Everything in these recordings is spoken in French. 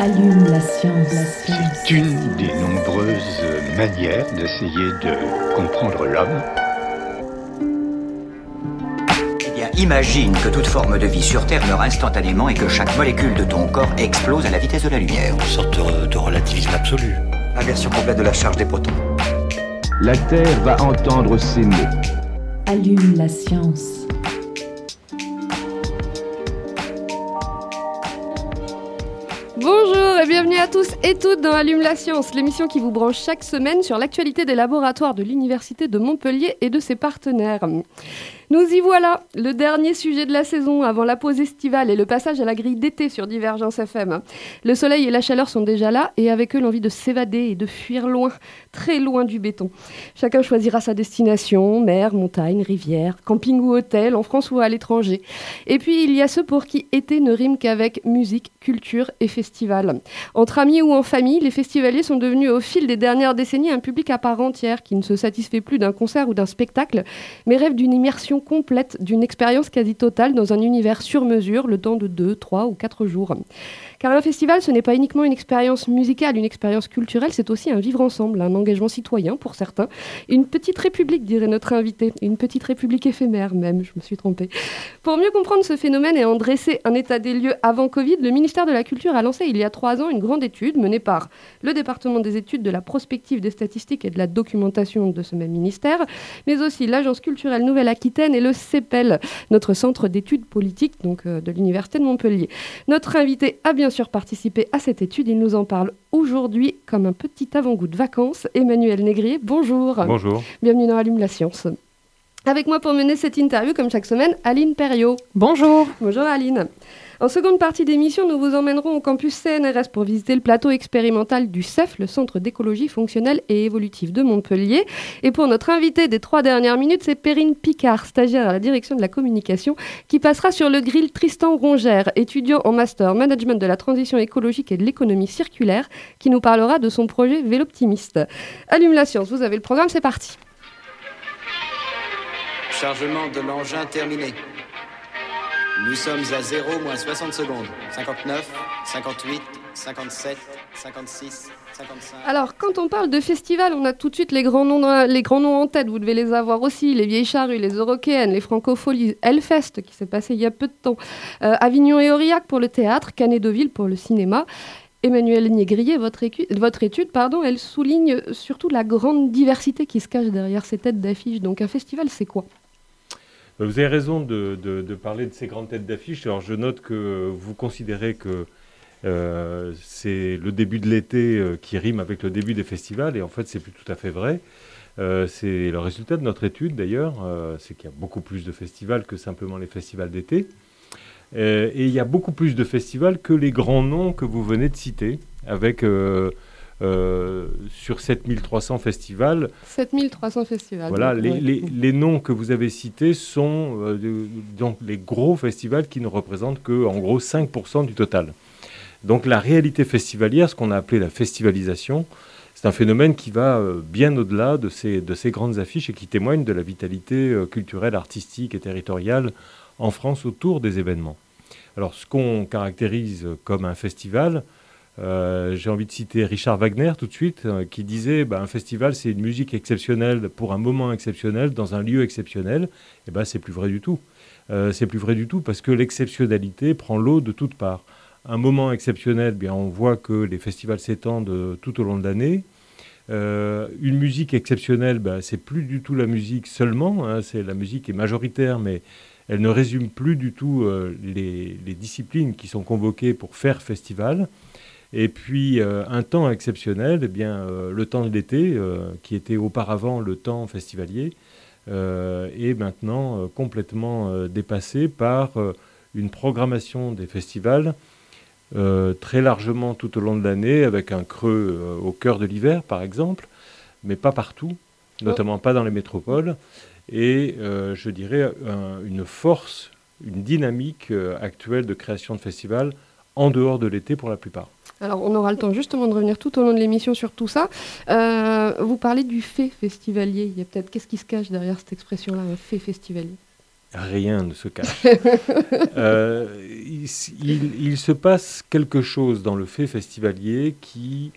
Allume la science. C'est une des nombreuses manières d'essayer de comprendre l'homme. Eh bien, imagine que toute forme de vie sur Terre meurt instantanément et que chaque molécule de ton corps explose à la vitesse de la lumière. Une sorte de relativisme absolu. Inversion complète de la charge des protons. La Terre va entendre ces mots. Allume la science. Bonjour et bienvenue à tous et toutes dans Allume la science, l'émission qui vous branche chaque semaine sur l'actualité des laboratoires de l'Université de Montpellier et de ses partenaires. Nous y voilà, le dernier sujet de la saison avant la pause estivale et le passage à la grille d'été sur Divergence FM. Le soleil et la chaleur sont déjà là et avec eux l'envie de s'évader et de fuir loin, très loin du béton. Chacun choisira sa destination, mer, montagne, rivière, camping ou hôtel, en France ou à l'étranger. Et puis il y a ceux pour qui été ne rime qu'avec musique, culture et festival. Entre amis ou en famille, les festivaliers sont devenus au fil des dernières décennies un public à part entière qui ne se satisfait plus d'un concert ou d'un spectacle, mais rêve d'une immersion complète, d'une expérience quasi totale dans un univers sur mesure, le temps de 2, 3 ou 4 jours. Car un festival, ce n'est pas uniquement une expérience musicale, une expérience culturelle, c'est aussi un vivre ensemble, un engagement citoyen pour certains, une petite république, dirait notre invité, une petite république éphémère même, je me suis trompée. Pour mieux comprendre ce phénomène et en dresser un état des lieux avant Covid, le ministère de la Culture a lancé il y a 3 ans une grande étude menée par le département des études, de la prospective, des statistiques et de la documentation de ce même ministère, mais aussi l'Agence culturelle Nouvelle-Aquitaine et le CEPEL, notre centre d'études politiques donc, de l'Université de Montpellier. Notre invité a bien sûr participé à cette étude, il nous en parle aujourd'hui comme un petit avant-goût de vacances. Emmanuel Négrier, bonjour. Bonjour. Bienvenue dans Allume la science. Avec moi pour mener cette interview, comme chaque semaine, Aline Perriot. Bonjour. Bonjour Aline. En seconde partie d'émission, nous vous emmènerons au campus CNRS pour visiter le plateau expérimental du CEF, le Centre d'écologie fonctionnelle et évolutive de Montpellier. Et pour notre invité des 3 dernières minutes, c'est Perrine Picard, stagiaire à la direction de la communication, qui passera sur le grill Tristan Rongère, étudiant en master management de la transition écologique et de l'économie circulaire, qui nous parlera de son projet Véloptimiste. Allume la science, vous avez le programme, c'est parti. Chargement de l'engin terminé. Nous sommes à 0 moins 60 secondes. 59, 58, 57, 56, 55... Alors, quand on parle de festival, on a tout de suite les grands noms en tête. Vous devez les avoir aussi. Les Vieilles Charrues, les Eurokéennes, les Francopholies, Hellfest, qui s'est passé il y a peu de temps. Avignon et Aurillac pour le théâtre, Canet-Deauville pour le cinéma. Emmanuel Négrier, votre étude, elle souligne surtout la grande diversité qui se cache derrière ces têtes d'affiche. Donc, un festival, c'est quoi ? Vous avez raison de parler de ces grandes têtes d'affiche. Alors, je note que vous considérez que c'est le début de l'été qui rime avec le début des festivals, et en fait, c'est plus tout à fait vrai. C'est le résultat de notre étude, d'ailleurs, c'est qu'il y a beaucoup plus de festivals que simplement les festivals d'été. Et il y a beaucoup plus de festivals que les grands noms que vous venez de citer, avec... sur 7300 festivals. 7300 festivals. Voilà, les noms que vous avez cités sont donc les gros festivals qui ne représentent que, en gros, 5% du total. Donc la réalité festivalière, ce qu'on a appelé la festivalisation, c'est un phénomène qui va bien au-delà de ces grandes affiches et qui témoigne de la vitalité culturelle, artistique et territoriale en France autour des événements. Alors, ce qu'on caractérise comme un festival... j'ai envie de citer Richard Wagner tout de suite, qui disait un festival, c'est une musique exceptionnelle pour un moment exceptionnel, dans un lieu exceptionnel. Et c'est plus vrai du tout. C'est plus vrai du tout parce que l'exceptionnalité prend l'eau de toutes parts. Un moment exceptionnel, on voit que les festivals s'étendent tout au long de l'année. Une musique exceptionnelle, c'est plus du tout la musique seulement. C'est la musique est majoritaire, mais elle ne résume plus du tout les disciplines qui sont convoquées pour faire festival. Et puis, un temps exceptionnel, le temps de l'été, qui était auparavant le temps festivalier, est maintenant complètement dépassé par une programmation des festivals très largement tout au long de l'année, avec un creux au cœur de l'hiver, par exemple, mais pas partout, notamment pas dans les métropoles, et je dirais une force, une dynamique actuelle de création de festivals en dehors de l'été pour la plupart. Alors, on aura le temps justement de revenir tout au long de l'émission sur tout ça. Vous parlez du fait festivalier. Il y a peut-être qu'est-ce qui se cache derrière cette expression-là, un fait festivalier ? Rien ne se cache. Il se passe quelque chose dans le fait festivalier qui,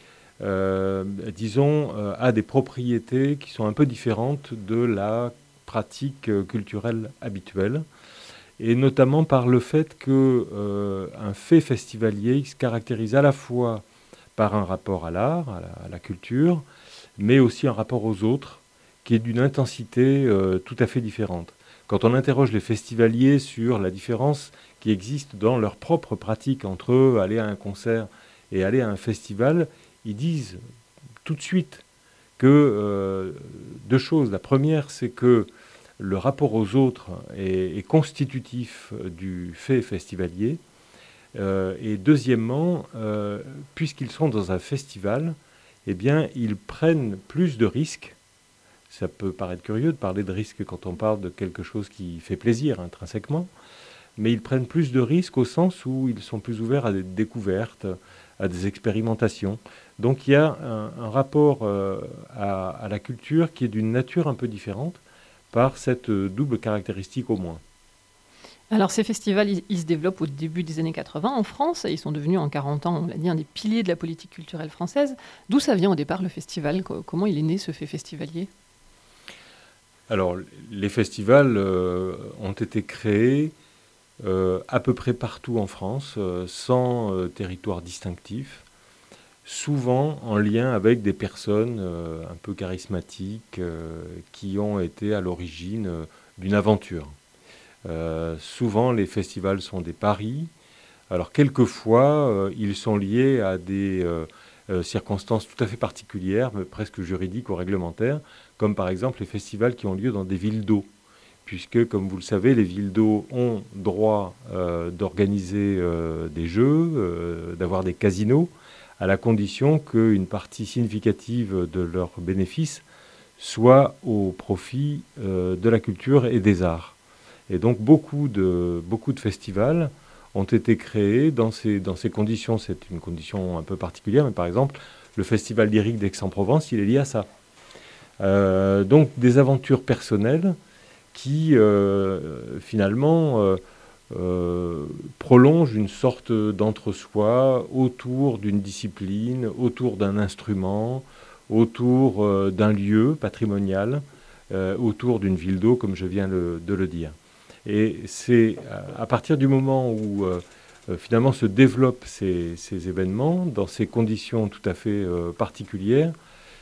disons, a des propriétés qui sont un peu différentes de la pratique culturelle habituelle, et notamment par le fait qu'un fait festivalier se caractérise à la fois par un rapport à l'art, à la culture, mais aussi un rapport aux autres qui est d'une intensité tout à fait différente. Quand on interroge les festivaliers sur la différence qui existe dans leur propre pratique entre aller à un concert et aller à un festival, ils disent tout de suite que deux choses. La première, c'est que le rapport aux autres est constitutif du fait festivalier. Et deuxièmement, puisqu'ils sont dans un festival, eh bien, ils prennent plus de risques. Ça peut paraître curieux de parler de risques quand on parle de quelque chose qui fait plaisir intrinsèquement, mais ils prennent plus de risques au sens où ils sont plus ouverts à des découvertes, à des expérimentations. Donc il y a un rapport à la culture qui est d'une nature un peu différente par cette double caractéristique au moins. Alors ces festivals, ils se développent au début des années 80 en France, et ils sont devenus en 40 ans, on l'a dit, un des piliers de la politique culturelle française. D'où ça vient au départ le festival ? Comment il est né ce fait festivalier ? Alors, les festivals ont été créés à peu près partout en France, sans territoire distinctif, souvent en lien avec des personnes un peu charismatiques qui ont été à l'origine d'une aventure. Souvent, les festivals sont des paris. Alors, quelquefois, ils sont liés à des circonstances tout à fait particulières, mais presque juridiques ou réglementaires, comme par exemple les festivals qui ont lieu dans des villes d'eau, puisque, comme vous le savez, les villes d'eau ont droit d'organiser des jeux, d'avoir des casinos, à la condition qu'une partie significative de leurs bénéfices soit au profit de la culture et des arts. Et donc beaucoup de festivals ont été créés dans ces conditions. C'est une condition un peu particulière, mais par exemple, le Festival lyrique d'Aix-en-Provence, il est lié à ça. Donc des aventures personnelles qui, finalement, prolongent une sorte d'entre-soi autour d'une discipline, autour d'un instrument, autour d'un lieu patrimonial, autour d'une ville d'eau, comme je viens de le dire. Et c'est à partir du moment où finalement se développent ces événements, dans ces conditions tout à fait particulières,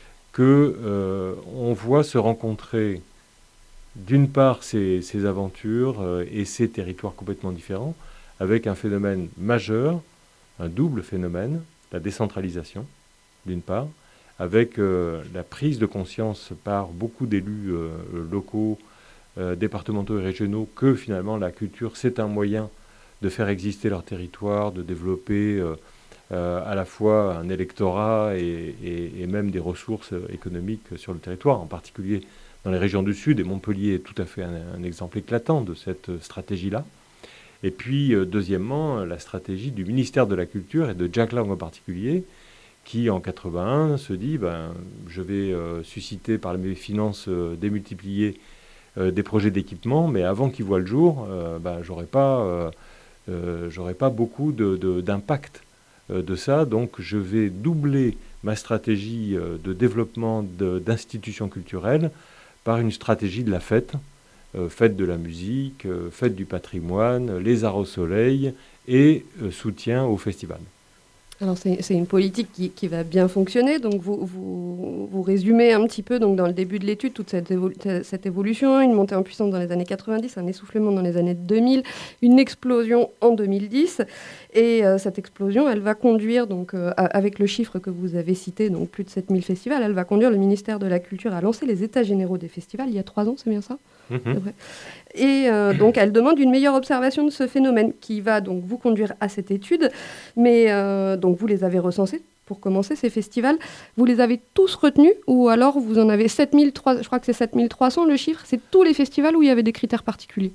qu'on voit se rencontrer d'une part ces aventures et ces territoires complètement différents, avec un phénomène majeur, un double phénomène, la décentralisation, d'une part, avec la prise de conscience par beaucoup d'élus locaux, départementaux et régionaux, que finalement la culture, c'est un moyen de faire exister leur territoire, de développer à la fois un électorat et même des ressources économiques sur le territoire, en particulier dans les régions du Sud, et Montpellier est tout à fait un exemple éclatant de cette stratégie-là. Et puis, deuxièmement, la stratégie du ministère de la Culture et de Jack Lang en particulier, qui en 81 se dit je vais susciter par mes finances démultipliées des projets d'équipement, mais avant qu'ils voient le jour, j'aurai pas beaucoup d'impact de ça. Donc je vais doubler ma stratégie de développement d'institutions culturelles par une stratégie de la fête, fête de la musique, fête du patrimoine, les arts au soleil et soutien au festival. Alors c'est une politique qui va bien fonctionner. Donc vous résumez un petit peu donc, dans le début de l'étude toute cette évolution, une montée en puissance dans les années 90, un essoufflement dans les années 2000, une explosion en 2010. Et cette explosion, elle va conduire, donc, avec le chiffre que vous avez cité, donc plus de 7000 festivals, elle va conduire le ministère de la Culture à lancer les États généraux des festivals il y a 3 ans, c'est bien ça ? C'est vrai. Et donc, elle demande une meilleure observation de ce phénomène qui va donc vous conduire à cette étude. Mais donc, vous les avez recensés pour commencer, ces festivals. Vous les avez tous retenus ou alors vous en avez 7300, je crois que c'est 7300 le chiffre. C'est tous les festivals où il y avait des critères particuliers.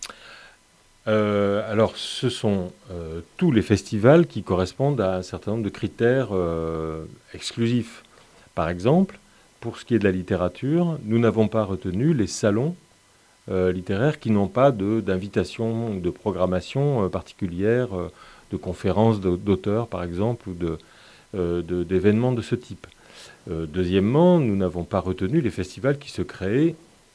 Alors, ce sont tous les festivals qui correspondent à un certain nombre de critères exclusifs. Par exemple, pour ce qui est de la littérature, nous n'avons pas retenu les salons littéraires qui n'ont pas d'invitation, de programmation particulière, de conférences d'auteurs, par exemple, ou d'événements de ce type. Deuxièmement, nous n'avons pas retenu les festivals qui se créaient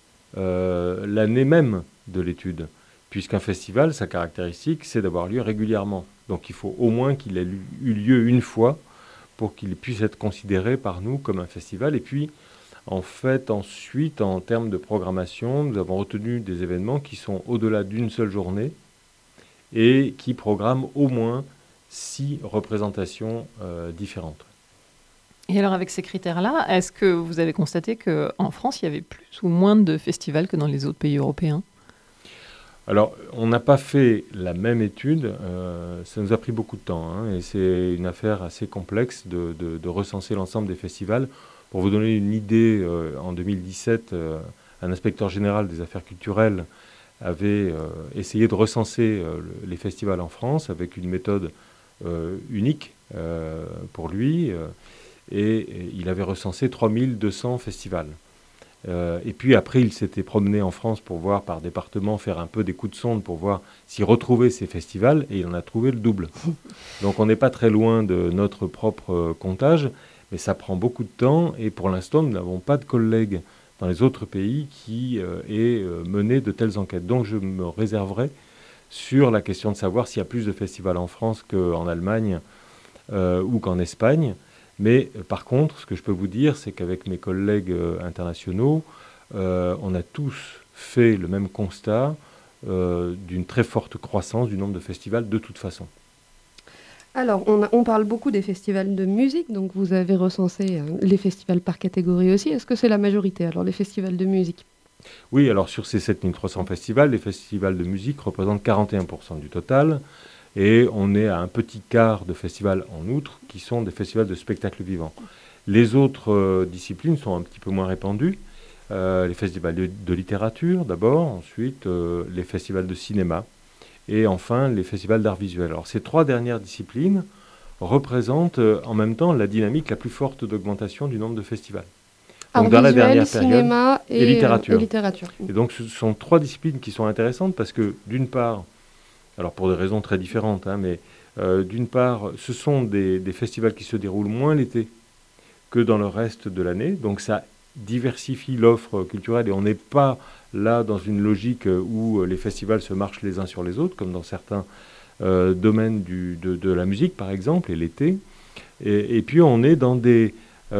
l'année même de l'étude, puisqu'un festival, sa caractéristique, c'est d'avoir lieu régulièrement. Donc il faut au moins qu'il ait eu lieu une fois pour qu'il puisse être considéré par nous comme un festival. Et puis, en fait, ensuite, en termes de programmation, nous avons retenu des événements qui sont au-delà d'une seule journée et qui programment au moins 6 représentations différentes. Et alors, avec ces critères-là, est-ce que vous avez constaté qu'en France, il y avait plus ou moins de festivals que dans les autres pays européens ? Alors, on n'a pas fait la même étude, ça nous a pris beaucoup de temps, et c'est une affaire assez complexe de recenser l'ensemble des festivals. Pour vous donner une idée, en 2017, un inspecteur général des affaires culturelles avait essayé de recenser les festivals en France avec une méthode unique pour lui, et il avait recensé 3200 festivals. Et puis après, il s'était promené en France pour voir par département, faire un peu des coups de sonde pour voir s'il retrouvait ces festivals, et il en a trouvé le double. Donc on n'est pas très loin de notre propre comptage, mais ça prend beaucoup de temps, et pour l'instant, nous n'avons pas de collègues dans les autres pays qui aient mené de telles enquêtes. Donc je me réserverai sur la question de savoir s'il y a plus de festivals en France qu'en Allemagne ou qu'en Espagne. Mais par contre, ce que je peux vous dire, c'est qu'avec mes collègues internationaux, on a tous fait le même constat d'une très forte croissance du nombre de festivals de toute façon. Alors, on parle beaucoup des festivals de musique, donc vous avez recensé les festivals par catégorie aussi. Est-ce que c'est la majorité, alors, les festivals de musique ? Oui, alors sur ces 7300 festivals, les festivals de musique représentent 41% du total. Et on est à un petit quart de festivals en outre qui sont des festivals de spectacles vivants. Les autres disciplines sont un petit peu moins répandues. Les festivals de littérature d'abord, ensuite les festivals de cinéma et enfin les festivals d'art visuel. Alors ces 3 dernières disciplines représentent en même temps la dynamique la plus forte d'augmentation du nombre de festivals. Donc art dans visuel, la dernière période, cinéma et littérature. Et donc ce sont 3 disciplines qui sont intéressantes parce que d'une part, alors pour des raisons très différentes, mais d'une part, ce sont des festivals qui se déroulent moins l'été que dans le reste de l'année. Donc ça diversifie l'offre culturelle et on n'est pas là dans une logique où les festivals se marchent les uns sur les autres, comme dans certains domaines de la musique, par exemple, et l'été. Et puis on est dans des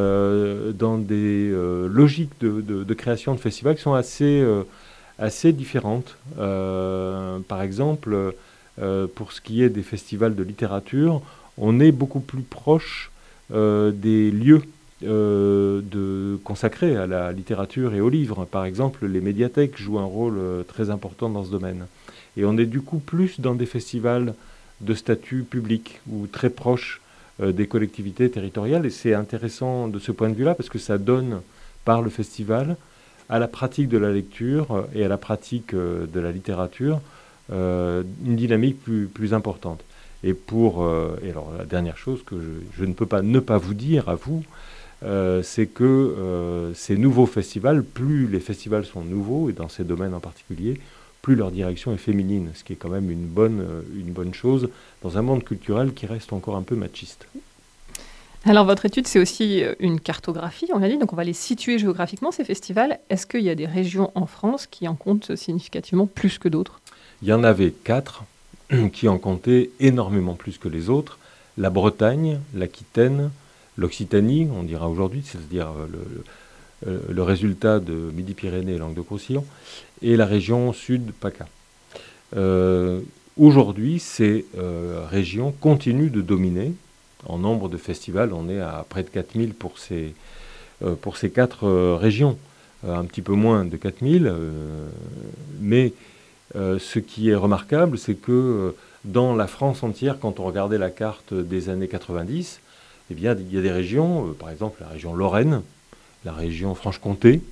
logiques de création de festivals qui sont assez différentes. Par exemple, pour ce qui est des festivals de littérature, on est beaucoup plus proche des lieux consacrés à la littérature et aux livres. Par exemple, les médiathèques jouent un rôle très important dans ce domaine. Et on est du coup plus dans des festivals de statut public ou très proches des collectivités territoriales. Et c'est intéressant de ce point de vue-là parce que ça donne, par le festival, à la pratique de la lecture et à la pratique de la littérature une dynamique plus importante. Et alors la dernière chose que je ne peux pas ne pas vous dire à vous, c'est que ces nouveaux festivals, plus les festivals sont nouveaux, et dans ces domaines en particulier, plus leur direction est féminine, ce qui est quand même une bonne chose dans un monde culturel qui reste encore un peu machiste. Alors votre étude, c'est aussi une cartographie, on l'a dit, donc on va les situer géographiquement, ces festivals. Est-ce qu'il y a des régions en France qui en comptent significativement plus que d'autres ? Il y en avait 4 qui en comptaient énormément plus que les autres. La Bretagne, l'Aquitaine, l'Occitanie, on dira aujourd'hui, c'est-à-dire le résultat de Midi-Pyrénées et Languedoc-Roussillon, et la région sud, PACA. Aujourd'hui, ces régions continuent de dominer. En nombre de festivals, on est à près de 4000 pour ces 4 régions. Un petit peu moins de 4000, mais ce qui est remarquable, c'est que dans la France entière, quand on regardait la carte des années 90, eh bien, il y a des régions, par exemple la région Lorraine, la région Franche-Comté,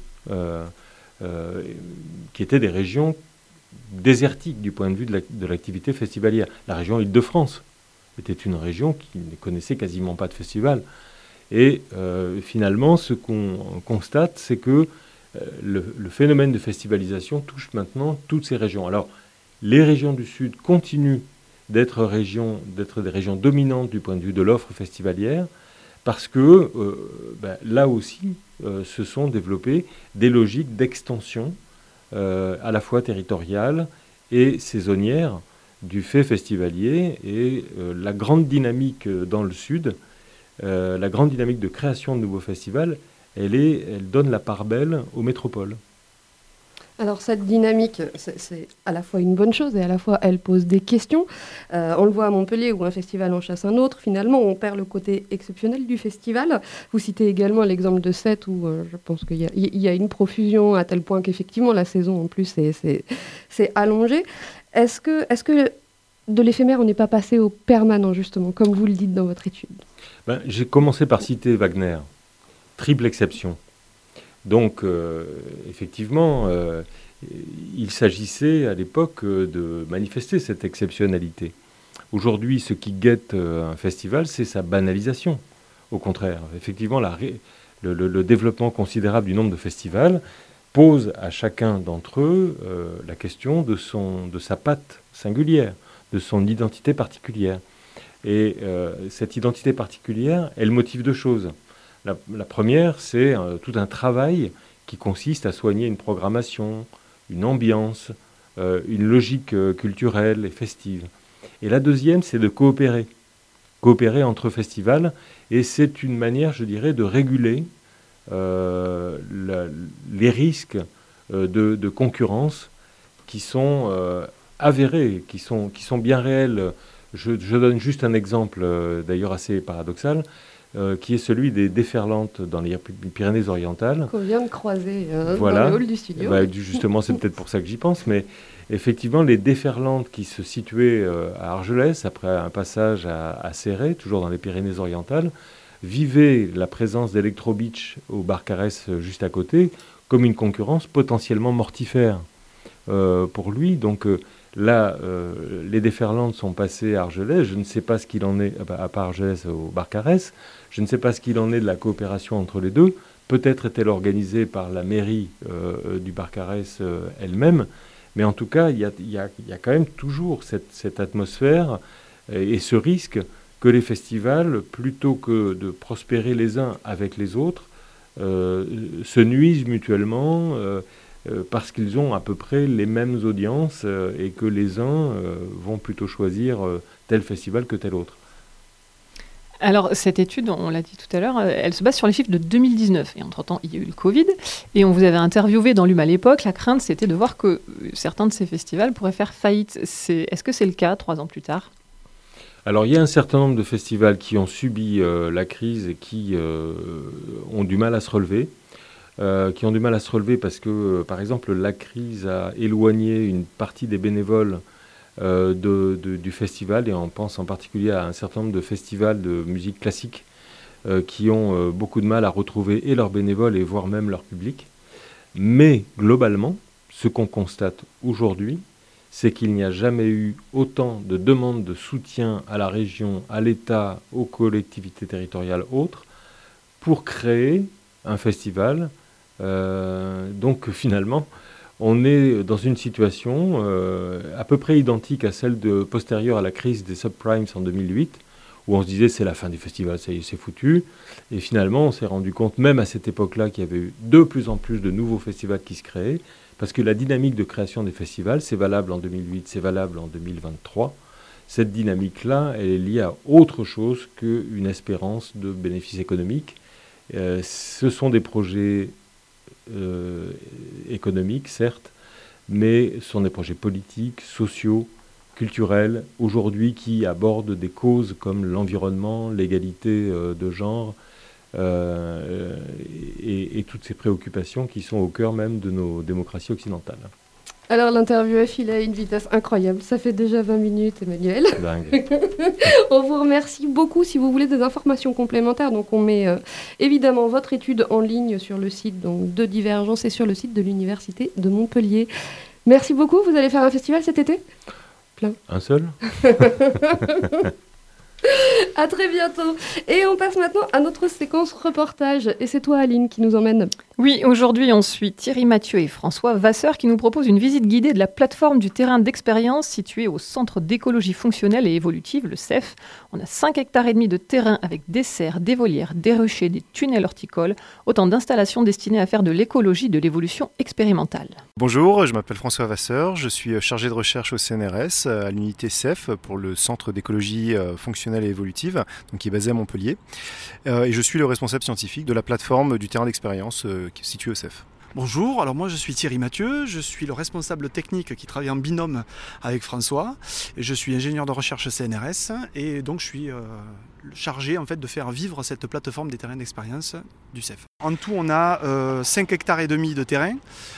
qui étaient des régions désertiques du point de vue de l'activité festivalière. La région Île-de-France était une région qui ne connaissait quasiment pas de festival. Et finalement, ce qu'on constate, c'est que le phénomène de festivalisation touche maintenant toutes ces régions. Alors, les régions du Sud continuent d'être des régions dominantes du point de vue de l'offre festivalière, parce que là aussi se sont développées des logiques d'extension à la fois territoriale et saisonnière du fait festivalier, et la grande dynamique dans le Sud, la grande dynamique de création de nouveaux festivals, elle donne la part belle aux métropoles. Alors cette dynamique, c'est à la fois une bonne chose et à la fois elle pose des questions. On le voit à Montpellier où un festival en chasse un autre. Finalement, on perd le côté exceptionnel du festival. Vous citez également l'exemple de Sète où je pense qu'il y a une profusion à tel point qu'effectivement la saison en plus c'est allongé. Est-ce que de l'éphémère on n'est pas passé au permanent justement, comme vous le dites dans votre étude? J'ai commencé par citer Wagner, triple exception. Donc, effectivement, il s'agissait à l'époque de manifester cette exceptionnalité. Aujourd'hui, ce qui guette un festival, c'est sa banalisation. Au contraire, effectivement, le développement considérable du nombre de festivals pose à chacun d'entre eux la question de sa patte singulière, de son identité particulière. Et cette identité particulière, elle motive deux choses. La première, c'est tout un travail qui consiste à soigner une programmation, une ambiance, une logique culturelle et festive. Et la deuxième, c'est de coopérer entre festivals. Et c'est une manière, je dirais, de réguler les risques de concurrence qui sont avérés, qui sont bien réels. Je donne juste un exemple, d'ailleurs assez paradoxal, qui est celui des déferlantes dans les Pyrénées-Orientales. Qu'on vient de croiser voilà. dans le hall du studio. Justement, c'est peut-être pour ça que j'y pense, mais effectivement, les déferlantes qui se situaient à Argelès, après un passage à Céret, toujours dans les Pyrénées-Orientales, vivaient la présence d'Electro Beach au Barcarès juste à côté comme une concurrence potentiellement mortifère pour lui. Donc là, les déferlantes sont passées à Argelès. Je ne sais pas ce qu'il en est, à part Argelès, au Barcarès. Je ne sais pas ce qu'il en est de la coopération entre les deux. Peut-être est-elle organisée par la mairie du Barcarès elle-même. Mais en tout cas, il y a quand même toujours cette atmosphère et ce risque que les festivals, plutôt que de prospérer les uns avec les autres, se nuisent mutuellement parce qu'ils ont à peu près les mêmes audiences et que les uns vont plutôt choisir tel festival que tel autre. Alors, cette étude, on l'a dit tout à l'heure, elle se base sur les chiffres de 2019. Et entre-temps, il y a eu le Covid. Et on vous avait interviewé dans l'UM à l'époque. La crainte, c'était de voir que certains de ces festivals pourraient faire faillite. Est-ce que c'est le cas 3 ans plus tard ? Alors, il y a un certain nombre de festivals qui ont subi la crise et qui ont du mal à se relever. Parce que, par exemple, la crise a éloigné une partie des bénévoles du festival, et on pense en particulier à un certain nombre de festivals de musique classique qui ont beaucoup de mal à retrouver et leurs bénévoles et voire même leur public. Mais globalement, ce qu'on constate aujourd'hui, c'est qu'il n'y a jamais eu autant de demandes de soutien à la région, à l'État, aux collectivités territoriales autres, pour créer un festival. Donc finalement, on est dans une situation à peu près identique à celle postérieure à la crise des subprimes en 2008, où on se disait c'est la fin du festival, ça y est, c'est foutu. Et finalement, on s'est rendu compte, même à cette époque-là, qu'il y avait eu de plus en plus de nouveaux festivals qui se créaient, parce que la dynamique de création des festivals, c'est valable en 2008, c'est valable en 2023. Cette dynamique-là, elle est liée à autre chose qu'une espérance de bénéfices économiques. Ce sont des projets économiques, certes, mais ce sont des projets politiques, sociaux, culturels, aujourd'hui qui abordent des causes comme l'environnement, l'égalité de genre, et toutes ces préoccupations qui sont au cœur même de nos démocraties occidentales. Alors l'interview a filé à une vitesse incroyable, ça fait déjà 20 minutes Emmanuel. Dingue. On vous remercie beaucoup. Si vous voulez des informations complémentaires, donc on met évidemment votre étude en ligne sur le site de Divergence et sur le site de l'Université de Montpellier. Merci beaucoup, vous allez faire un festival cet été ? Plein. Un seul ? À très bientôt. Et on passe maintenant à notre séquence reportage. Et c'est toi, Aline, qui nous emmène Oui, aujourd'hui, on suit Thierry Mathieu et François Vasseur qui nous proposent une visite guidée de la plateforme du terrain d'expérience située au Centre d'écologie fonctionnelle et évolutive, le CEF. On a 5,5 hectares de terrain avec des serres, des volières, des ruchers, des tunnels horticoles, autant d'installations destinées à faire de l'écologie de l'évolution expérimentale. Bonjour, je m'appelle François Vasseur, je suis chargé de recherche au CNRS à l'unité CEF pour le Centre d'écologie fonctionnelle et évolutive, donc qui est basé à Montpellier. Et je suis le responsable scientifique de la plateforme du terrain d'expérience qui est située au CEF. Bonjour, alors moi je suis Thierry Mathieu, je suis le responsable technique qui travaille en binôme avec François. Et je suis ingénieur de recherche CNRS et donc je suis chargé en fait de faire vivre cette plateforme des terrains d'expérience du CEF. En tout on a 5,5 hectares de terrain,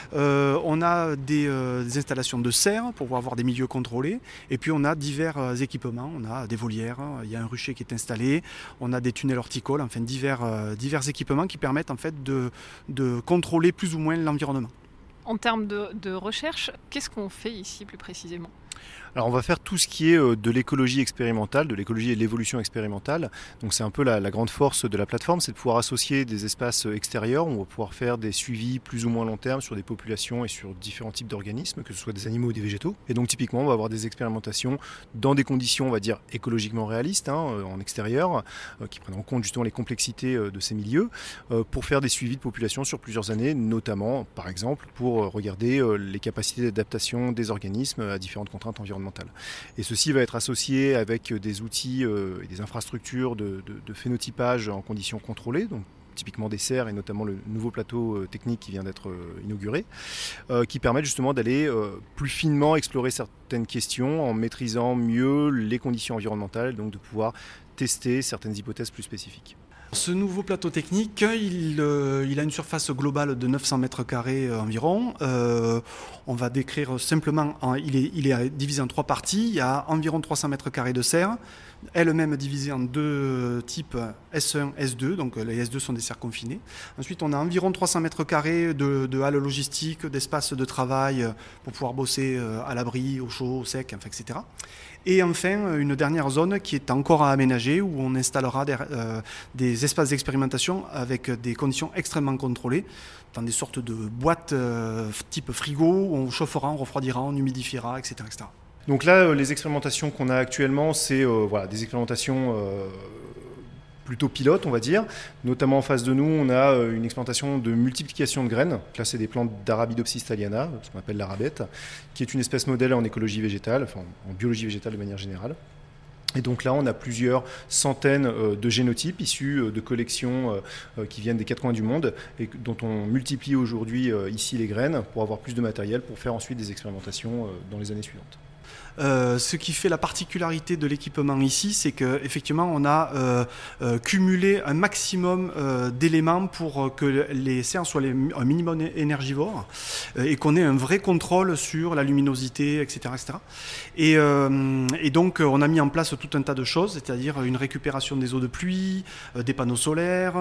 on a des installations de serres pour pouvoir avoir des milieux contrôlés et puis on a divers équipements, on a des volières, il y a un rucher qui est installé, on a des tunnels horticoles, enfin divers équipements qui permettent en fait de contrôler plus ou moins l'environnement. En termes de recherche, qu'est-ce qu'on fait ici plus précisément ? Alors on va faire tout ce qui est de l'écologie expérimentale, de l'écologie et de l'évolution expérimentale. Donc c'est un peu la grande force de la plateforme, c'est de pouvoir associer des espaces extérieurs. On va pouvoir faire des suivis plus ou moins long terme sur des populations et sur différents types d'organismes, que ce soit des animaux ou des végétaux. Et donc typiquement on va avoir des expérimentations dans des conditions, on va dire, écologiquement réalistes, en extérieur, qui prennent en compte justement les complexités de ces milieux, pour faire des suivis de populations sur plusieurs années, notamment par exemple pour regarder les capacités d'adaptation des organismes à différentes contraintes environnementales. Et ceci va être associé avec des outils et des infrastructures de phénotypage en conditions contrôlées, donc typiquement des serres et notamment le nouveau plateau technique qui vient d'être inauguré, qui permettent justement d'aller plus finement explorer certaines questions en maîtrisant mieux les conditions environnementales, donc de pouvoir tester certaines hypothèses plus spécifiques. Ce nouveau plateau technique, il a une surface globale de 900 mètres carrés environ. On va décrire simplement, il est divisé en 3 parties. Il y a environ 300 mètres carrés de serres, elle-même divisée en 2 types S1, S2. Donc les S2 sont des serres confinées. Ensuite, on a environ 300 mètres carrés de halles logistiques, d'espaces de travail pour pouvoir bosser à l'abri, au chaud, au sec, enfin, etc. Et enfin, une dernière zone qui est encore à aménager où on installera des espaces d'expérimentation avec des conditions extrêmement contrôlées, dans des sortes de boîtes type frigo où on chauffera, on refroidira, on humidifiera, etc. etc. Donc là, les expérimentations qu'on a actuellement, c'est des expérimentations plutôt pilotes, on va dire. Notamment en face de nous, on a une expérimentation de multiplication de graines. Donc là, c'est des plantes d'Arabidopsis thaliana, ce qu'on appelle l'arabette, qui est une espèce modèle en écologie végétale, enfin en biologie végétale de manière générale. Et donc là, on a plusieurs centaines de génotypes issus de collections qui viennent des 4 coins du monde et dont on multiplie aujourd'hui ici les graines pour avoir plus de matériel pour faire ensuite des expérimentations dans les années suivantes. Ce qui fait la particularité de l'équipement ici, c'est qu'effectivement on a cumulé un maximum d'éléments pour que les serres soient un minimum énergivores et qu'on ait un vrai contrôle sur la luminosité, etc. etc. Et donc on a mis en place tout un tas de choses, c'est-à-dire une récupération des eaux de pluie, des panneaux solaires,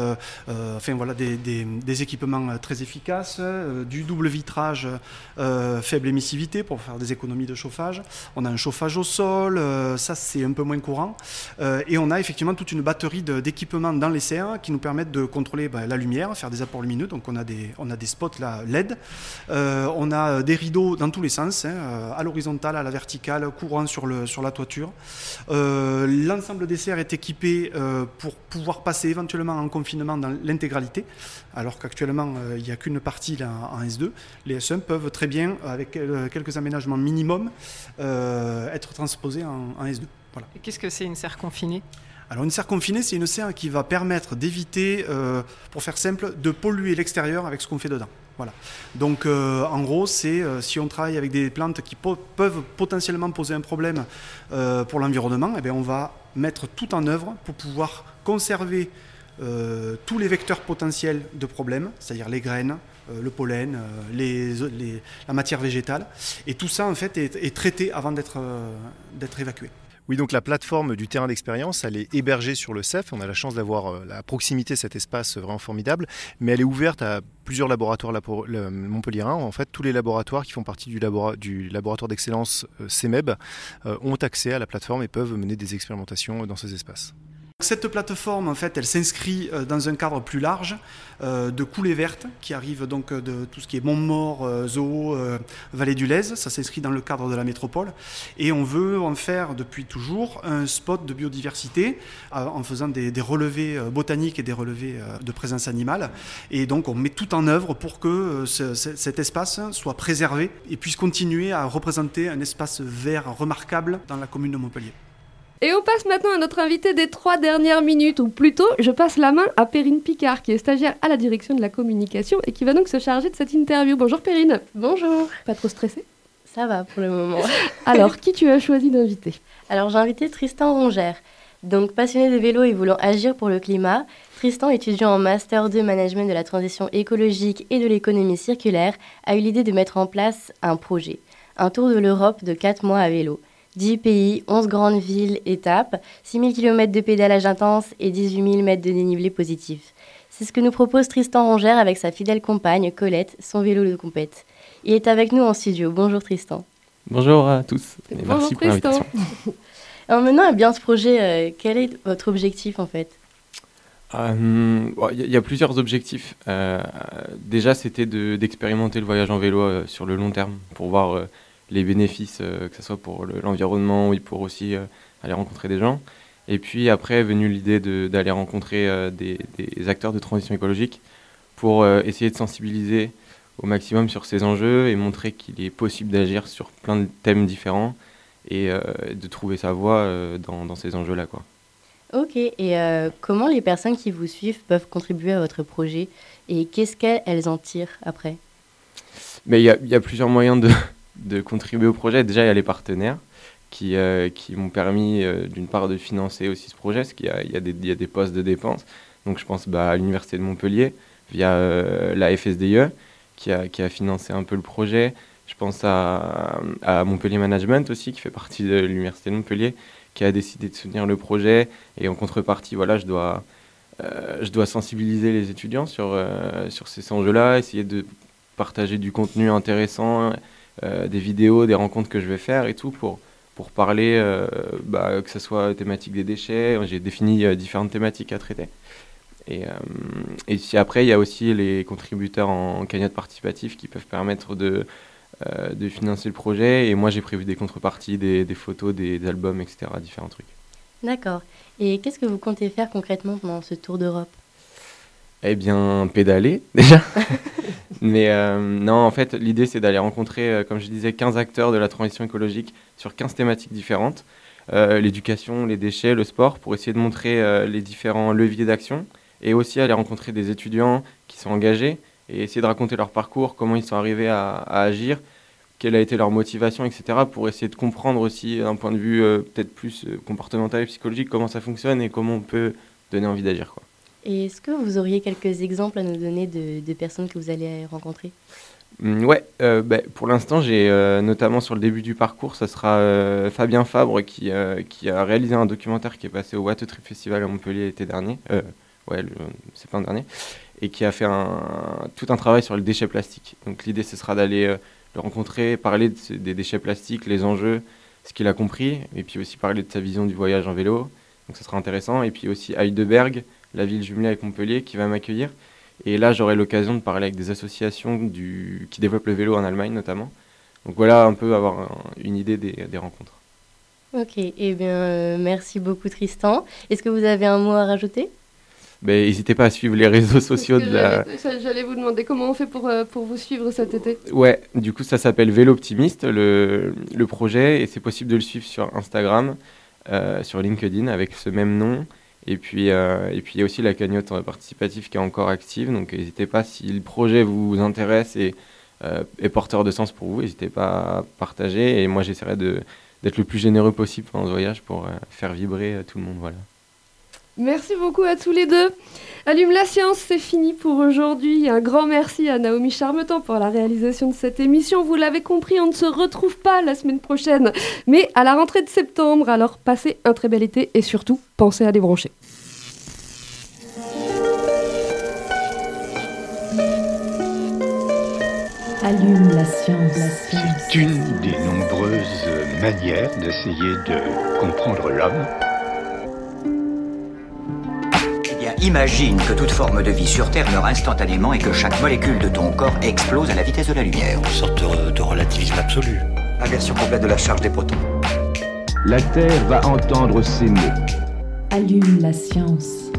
des équipements très efficaces, du double vitrage faible émissivité pour faire des économies de chauffage. On a un chauffage au sol, ça c'est un peu moins courant. Et on a effectivement toute une batterie d'équipements dans les serres qui nous permettent de contrôler la lumière, faire des apports lumineux. Donc on a des spots là, LED. On a des rideaux dans tous les sens, à l'horizontale, à la verticale, courant sur la toiture. L'ensemble des serres est équipé pour pouvoir passer éventuellement en confinement dans l'intégralité, alors qu'actuellement il n'y a qu'une partie là, en S2. Les S1 peuvent très bien, avec quelques aménagements minimum, être transposé en S2. Voilà. Et qu'est-ce que c'est une serre confinée ? Alors une serre confinée, c'est une serre qui va permettre d'éviter, pour faire simple, de polluer l'extérieur avec ce qu'on fait dedans. Voilà. Donc en gros, c'est si on travaille avec des plantes qui peuvent potentiellement poser un problème pour l'environnement, eh bien, on va mettre tout en œuvre pour pouvoir conserver tous les vecteurs potentiels de problèmes, c'est-à-dire les graines, le pollen, la matière végétale. Et tout ça, en fait, est traité avant d'être évacué. Oui, donc la plateforme du terrain d'expérience, elle est hébergée sur le CEF. On a la chance d'avoir à proximité cet espace vraiment formidable, mais elle est ouverte à plusieurs laboratoires montpelliérains. En fait, tous les laboratoires qui font partie du laboratoire d'excellence CEMEB ont accès à la plateforme et peuvent mener des expérimentations dans ces espaces. Cette plateforme, en fait, elle s'inscrit dans un cadre plus large de coulées vertes qui arrivent donc de tout ce qui est Montmaur, Zoo, Vallée du Lez. Ça s'inscrit dans le cadre de la métropole. Et on veut en faire depuis toujours un spot de biodiversité en faisant des relevés botaniques et des relevés de présence animale. Et donc on met tout en œuvre pour que cet espace soit préservé et puisse continuer à représenter un espace vert remarquable dans la commune de Montpellier. Et on passe maintenant à notre invité des 3 dernières minutes, ou plutôt, je passe la main à Perrine Picard, qui est stagiaire à la direction de la communication et qui va donc se charger de cette interview. Bonjour Perrine. Bonjour. Pas trop stressée ? Ça va pour le moment. Alors, qui tu as choisi d'inviter ? Alors, j'ai invité Tristan Rongère. Donc, passionné de vélo et voulant agir pour le climat, Tristan, étudiant en Master 2 Management de la transition écologique et de l'économie circulaire, a eu l'idée de mettre en place un projet. Un tour de l'Europe de 4 mois à vélo. 10 pays, 11 grandes villes, étapes, 6 000 km de pédalage intense et 18 000 mètres de dénivelé positif. C'est ce que nous propose Tristan Rongère avec sa fidèle compagne, Colette, son vélo de compète. Il est avec nous en studio. Bonjour Tristan. Bonjour à tous et bonjour merci pour l'invitation. Alors maintenant, bien ce projet, quel est votre objectif en fait ? Il y a plusieurs objectifs. Déjà, c'était d'expérimenter le voyage en vélo sur le long terme pour voir les bénéfices, que ce soit pour l'environnement ou pour aussi aller rencontrer des gens. Et puis après est venue l'idée d'aller rencontrer des acteurs de transition écologique pour essayer de sensibiliser au maximum sur ces enjeux et montrer qu'il est possible d'agir sur plein de thèmes différents et de trouver sa voie dans ces enjeux-là, quoi. Ok, et comment les personnes qui vous suivent peuvent contribuer à votre projet et qu'est-ce qu'elles en tirent après ? Mais il y a plusieurs moyens de contribuer au projet. Déjà, il y a les partenaires qui m'ont permis d'une part de financer aussi ce projet, parce qu'il y a des postes de dépenses. Donc je pense à l'Université de Montpellier, via la FSDIE, qui a financé un peu le projet. Je pense à Montpellier Management aussi, qui fait partie de l'Université de Montpellier, qui a décidé de soutenir le projet. Et en contrepartie, voilà, je dois sensibiliser les étudiants sur ces enjeux-là, essayer de partager du contenu intéressant, des vidéos, des rencontres que je vais faire et tout pour parler, que ce soit thématique des déchets. J'ai défini différentes thématiques à traiter. Et puis après, il y a aussi les contributeurs en cagnotte participative qui peuvent permettre de financer le projet. Et moi, j'ai prévu des contreparties, des photos, des albums, etc., différents trucs. D'accord. Et qu'est-ce que vous comptez faire concrètement pendant ce tour d'Europe ? Eh bien, pédaler, déjà. Mais non, en fait, l'idée, c'est d'aller rencontrer, comme je disais, 15 acteurs de la transition écologique sur 15 thématiques différentes. L'éducation, les déchets, le sport, pour essayer de montrer les différents leviers d'action. Et aussi aller rencontrer des étudiants qui sont engagés et essayer de raconter leur parcours, comment ils sont arrivés à agir, quelle a été leur motivation, etc. pour essayer de comprendre aussi d'un point de vue peut-être plus comportemental et psychologique comment ça fonctionne et comment on peut donner envie d'agir, quoi. Et est-ce que vous auriez quelques exemples à nous donner de personnes que vous allez rencontrer ? Ouais, pour l'instant, j'ai notamment sur le début du parcours, ça sera Fabien Fabre qui a réalisé un documentaire qui est passé au What a Trip Festival à Montpellier l'été dernier. C'est pas un dernier, et qui a fait tout un travail sur le déchet plastique. Donc l'idée, ce sera d'aller le rencontrer, parler des déchets plastiques, les enjeux, ce qu'il a compris, et puis aussi parler de sa vision du voyage en vélo. Donc ça sera intéressant. Et puis aussi Heidelberg, la ville jumelée avec Montpellier, qui va m'accueillir. Et là, j'aurai l'occasion de parler avec des associations qui développent le vélo en Allemagne notamment. Donc voilà, un peu avoir une idée des rencontres. Ok, eh bien merci beaucoup Tristan. Est-ce que vous avez un mot à rajouter ? N'hésitez pas à suivre les réseaux sociaux de la... J'allais vous demander comment on fait pour vous suivre cet été. Ouais, du coup ça s'appelle Vélo Optimiste, le projet, et c'est possible de le suivre sur Instagram, sur LinkedIn avec ce même nom. Et puis il y a aussi la cagnotte participative qui est encore active, donc n'hésitez pas, si le projet vous intéresse et est porteur de sens pour vous, n'hésitez pas à partager. Et moi j'essaierai d'être le plus généreux possible pendant ce voyage pour faire vibrer tout le monde, voilà. Merci beaucoup à tous les deux. Allume la science, c'est fini pour aujourd'hui. Un grand merci à Naomi Charmetan pour la réalisation de cette émission. Vous l'avez compris, on ne se retrouve pas la semaine prochaine, mais à la rentrée de septembre. Alors passez un très bel été et surtout, pensez à débrancher. Allume la science. C'est une des nombreuses manières d'essayer de comprendre l'homme. imagine que toute forme de vie sur Terre meurt instantanément et que chaque molécule de ton corps explose à la vitesse de la lumière. Une sorte de relativisme absolu. Inversion complète de la charge des protons. La Terre va entendre s'aimer. Allume la science.